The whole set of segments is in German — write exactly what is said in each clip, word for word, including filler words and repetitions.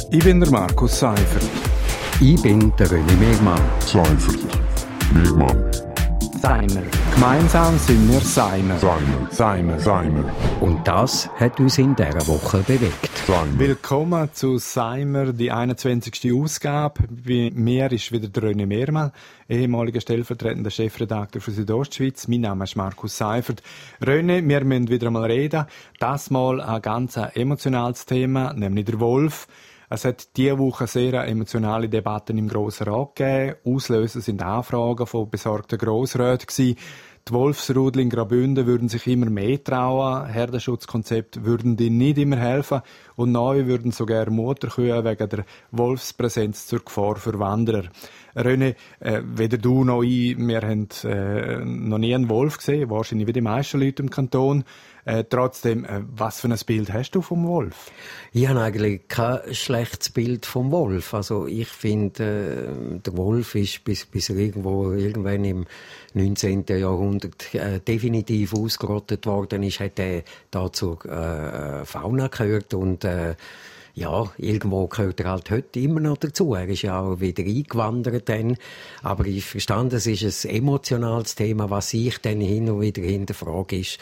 Ich bin der Markus Seifert. Ich bin der René Megmann. Seifert. Megmann. Seimer. Gemeinsam sind wir Seimer. Seimer. Seimer. Seimer. Und das hat uns in dieser Woche bewegt. Seimer. Willkommen zu Seimer, die einundzwanzigste Ausgabe. Bei mir ist wieder der René Megmann, ehemaliger stellvertretender Chefredakteur für Südostschweiz. Mein Name ist Markus Seifert. René, wir müssen wieder einmal reden. Das Mal ein ganz emotionales Thema, nämlich der Wolf. Es hat diese Woche sehr emotionale Debatten im Grossen Rat gegeben. Auslöser sind Anfragen von besorgten Grossräten. Die Wolfsrudel in Graubünden würden sich immer mehr trauen. Herdenschutzkonzepte würden ihnen nicht immer helfen. Und neu würden sogar Mutterkühe wegen der Wolfspräsenz zur Gefahr für Wanderer. René, äh, weder du noch ich, wir haben äh, noch nie einen Wolf gesehen, wahrscheinlich wie die meisten Leute im Kanton. Äh, trotzdem, äh, was für ein Bild hast du vom Wolf? Ich habe eigentlich kein schlechtes Bild vom Wolf. Also ich finde, äh, der Wolf ist bis, bis er irgendwo irgendwann im neunzehnten Jahrhundert äh, definitiv ausgerottet worden ist, hat er da zur äh, Fauna gehört und äh, ja, irgendwo gehört er halt heute immer noch dazu. Er ist ja auch wieder eingewandert dann. Aber ich verstand, es ist ein emotionales Thema. Was ich dann hin und wieder hinterfrage, ist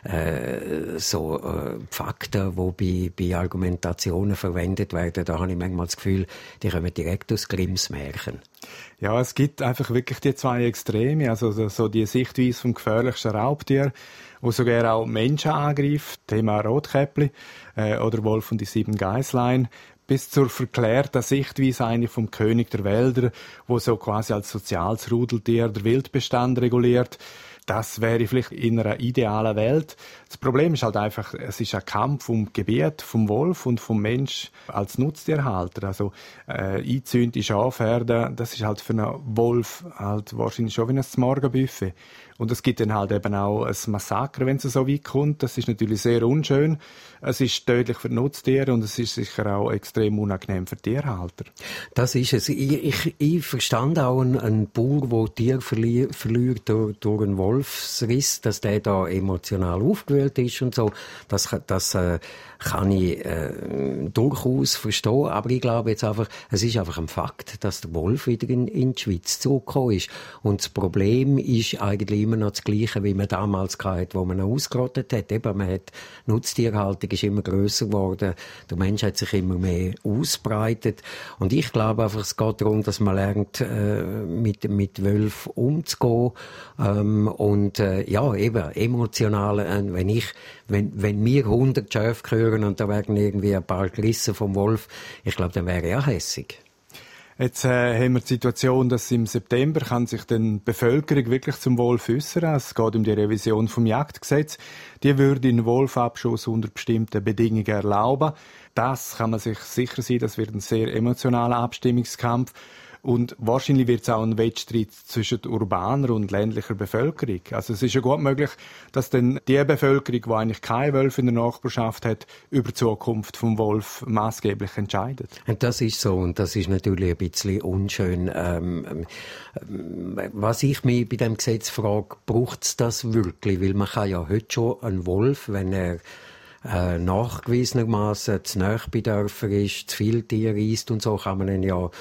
äh, so äh, Fakten, die bei, bei Argumentationen verwendet werden. Da habe ich manchmal das Gefühl, die kommen direkt aus Grimms Märchen. Ja, es gibt einfach wirklich die zwei Extreme. Also so die Sichtweise vom gefährlichsten Raubtier, wo sogar auch Menschen angreift, Thema Rotkäppli äh, oder Wolf und die sieben Geißlein, bis zur verklärten Sichtweise eigentlich vom König der Wälder, wo so quasi als soziales Rudeltier der Wildbestand reguliert. Das wäre vielleicht in einer idealen Welt. Das Problem ist halt einfach, es ist ein Kampf um Gebiet vom Wolf und vom Mensch als Nutztierhalter. Also äh, eingezäunte Schafherden, das ist halt für einen Wolf halt wahrscheinlich schon wie ein Morgenbuffet. Und es gibt dann halt eben auch ein Massaker, wenn es so weit kommt. Das ist natürlich sehr unschön. Es ist tödlich für die Nutztiere und es ist sicher auch extrem unangenehm für die Tierhalter. Das ist es. Ich, ich, ich verstand auch einen, einen Bauer, der Tier verli- verliert durch, durch einen Wolfsriss, dass der da emotional aufgewühlt ist und so. Das, das äh, kann ich äh, durchaus verstehen. Aber ich glaube jetzt einfach, es ist einfach ein Fakt, dass der Wolf wieder in, in die Schweiz zurückgekommen ist. Und das Problem ist eigentlich immer noch das Gleiche, wie man damals hatte, wo man ihn ausgerottet hat. Eben, man hat, Nutztierhaltung ist immer grösser geworden. Der Mensch hat sich immer mehr ausbreitet. Und ich glaube einfach, es geht darum, dass man lernt, äh, mit, mit Wölfen umzugehen. Ähm, und, äh, ja, eben, emotional, äh, wenn ich, wenn, wenn mir hundert Schafe hören und da werden irgendwie ein paar gerissen vom Wolf, ich glaube, dann wäre ich auch hässig. Jetzt äh, haben wir die Situation, dass im September kann sich dann die Bevölkerung wirklich zum Wolf äußern. Es geht um die Revision vom Jagdgesetz. Die würde den Wolfabschuss unter bestimmten Bedingungen erlauben. Das kann man sich sicher sein, das wird ein sehr emotionaler Abstimmungskampf. Und wahrscheinlich wird es auch ein Wettstreit zwischen urbaner und ländlicher Bevölkerung. Also es ist ja gut möglich, dass dann die Bevölkerung, die eigentlich keine Wölfe in der Nachbarschaft hat, über die Zukunft vom Wolf maßgeblich entscheidet. Und das ist so, und das ist natürlich ein bisschen unschön. Ähm, ähm, was ich mich bei dem Gesetz frage, braucht es das wirklich? Weil man kann ja heute schon einen Wolf, wenn er Äh, nachgewiesenermaßen zu nahe bei Dörfern ist, zu viel Tiere isst und so, kann man ihn ja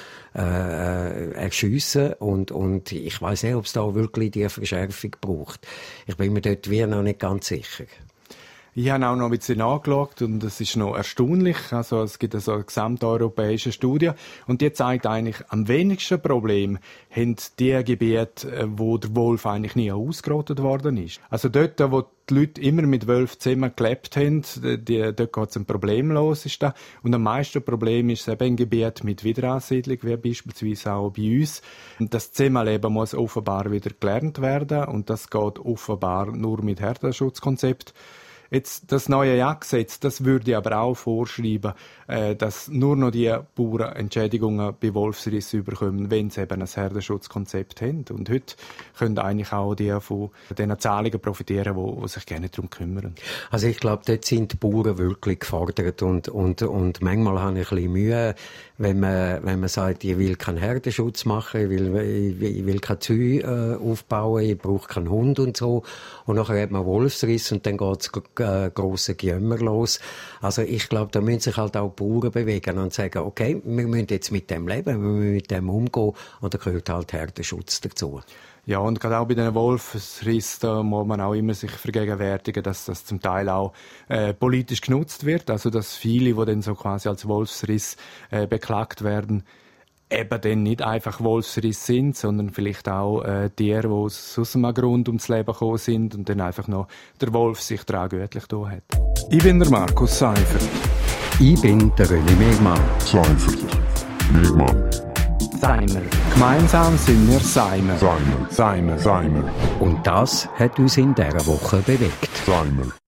äh, erschiessen. Und, und ich weiss nicht, ob es da wirklich die Verschärfung braucht. Ich bin mir dort wie noch nicht ganz sicher. Ich habe auch noch ein bisschen nachgeschaut und es ist noch erstaunlich. Also es gibt also eine gesamteuropäische Studie und die zeigt eigentlich, am wenigsten Problem haben die Gebiete, wo der Wolf eigentlich nie ausgerottet worden ist. Also dort, wo die Leute immer mit Wölfen zusammen gelebt haben, die, dort geht es ein Problem los. Ist da. Und am meisten Problem ist es eben ein Gebiet mit Wiederansiedlung, wie beispielsweise auch bei uns. Und das Zusammenleben muss offenbar wieder gelernt werden und das geht offenbar nur mit Herdenschutzkonzept. Jetzt, das neue Jagdgesetz, das würde aber auch vorschreiben, äh, dass nur noch die Bauern Entschädigungen bei Wolfsrissen bekommen, wenn sie eben ein Herdenschutzkonzept haben. Und heute können eigentlich auch die von diesen Zahlungen profitieren, die, die sich gerne darum kümmern. Also ich glaube, dort sind die Bauern wirklich gefordert und, und, und manchmal habe ich ein bisschen Mühe, wenn man, wenn man sagt, ich will keinen Herdenschutz machen, ich will, ich will, ich will keine Zäune äh, aufbauen, ich brauche keinen Hund und so. Und nachher hat man Wolfsriss und dann geht es äh, grossen Gejammer los. Also ich glaube, da müssen sich halt auch Bauern bewegen und sagen, okay, wir müssen jetzt mit dem leben, wir müssen mit dem umgehen und da gehört halt Herdenschutz dazu. Ja, und gerade auch bei den Wolfsrissen, da muss man auch immer sich vergegenwärtigen, dass das zum Teil auch äh, politisch genutzt wird. Also, dass viele, die dann so quasi als Wolfsriss äh, beklagt werden, eben dann nicht einfach Wolfsriss sind, sondern vielleicht auch äh, Tiere, die aus einem Grund ums Leben gekommen sind und dann einfach noch der Wolf sich daran gütlich da hat. Ich bin der Markus Seifert. Ich bin der René Megmann. Seifert. Megmann. Seimer. Gemeinsam sind wir Seimer. Seimer. Seimer. Seimer. Und das hat uns in dieser Woche bewegt. Seimer.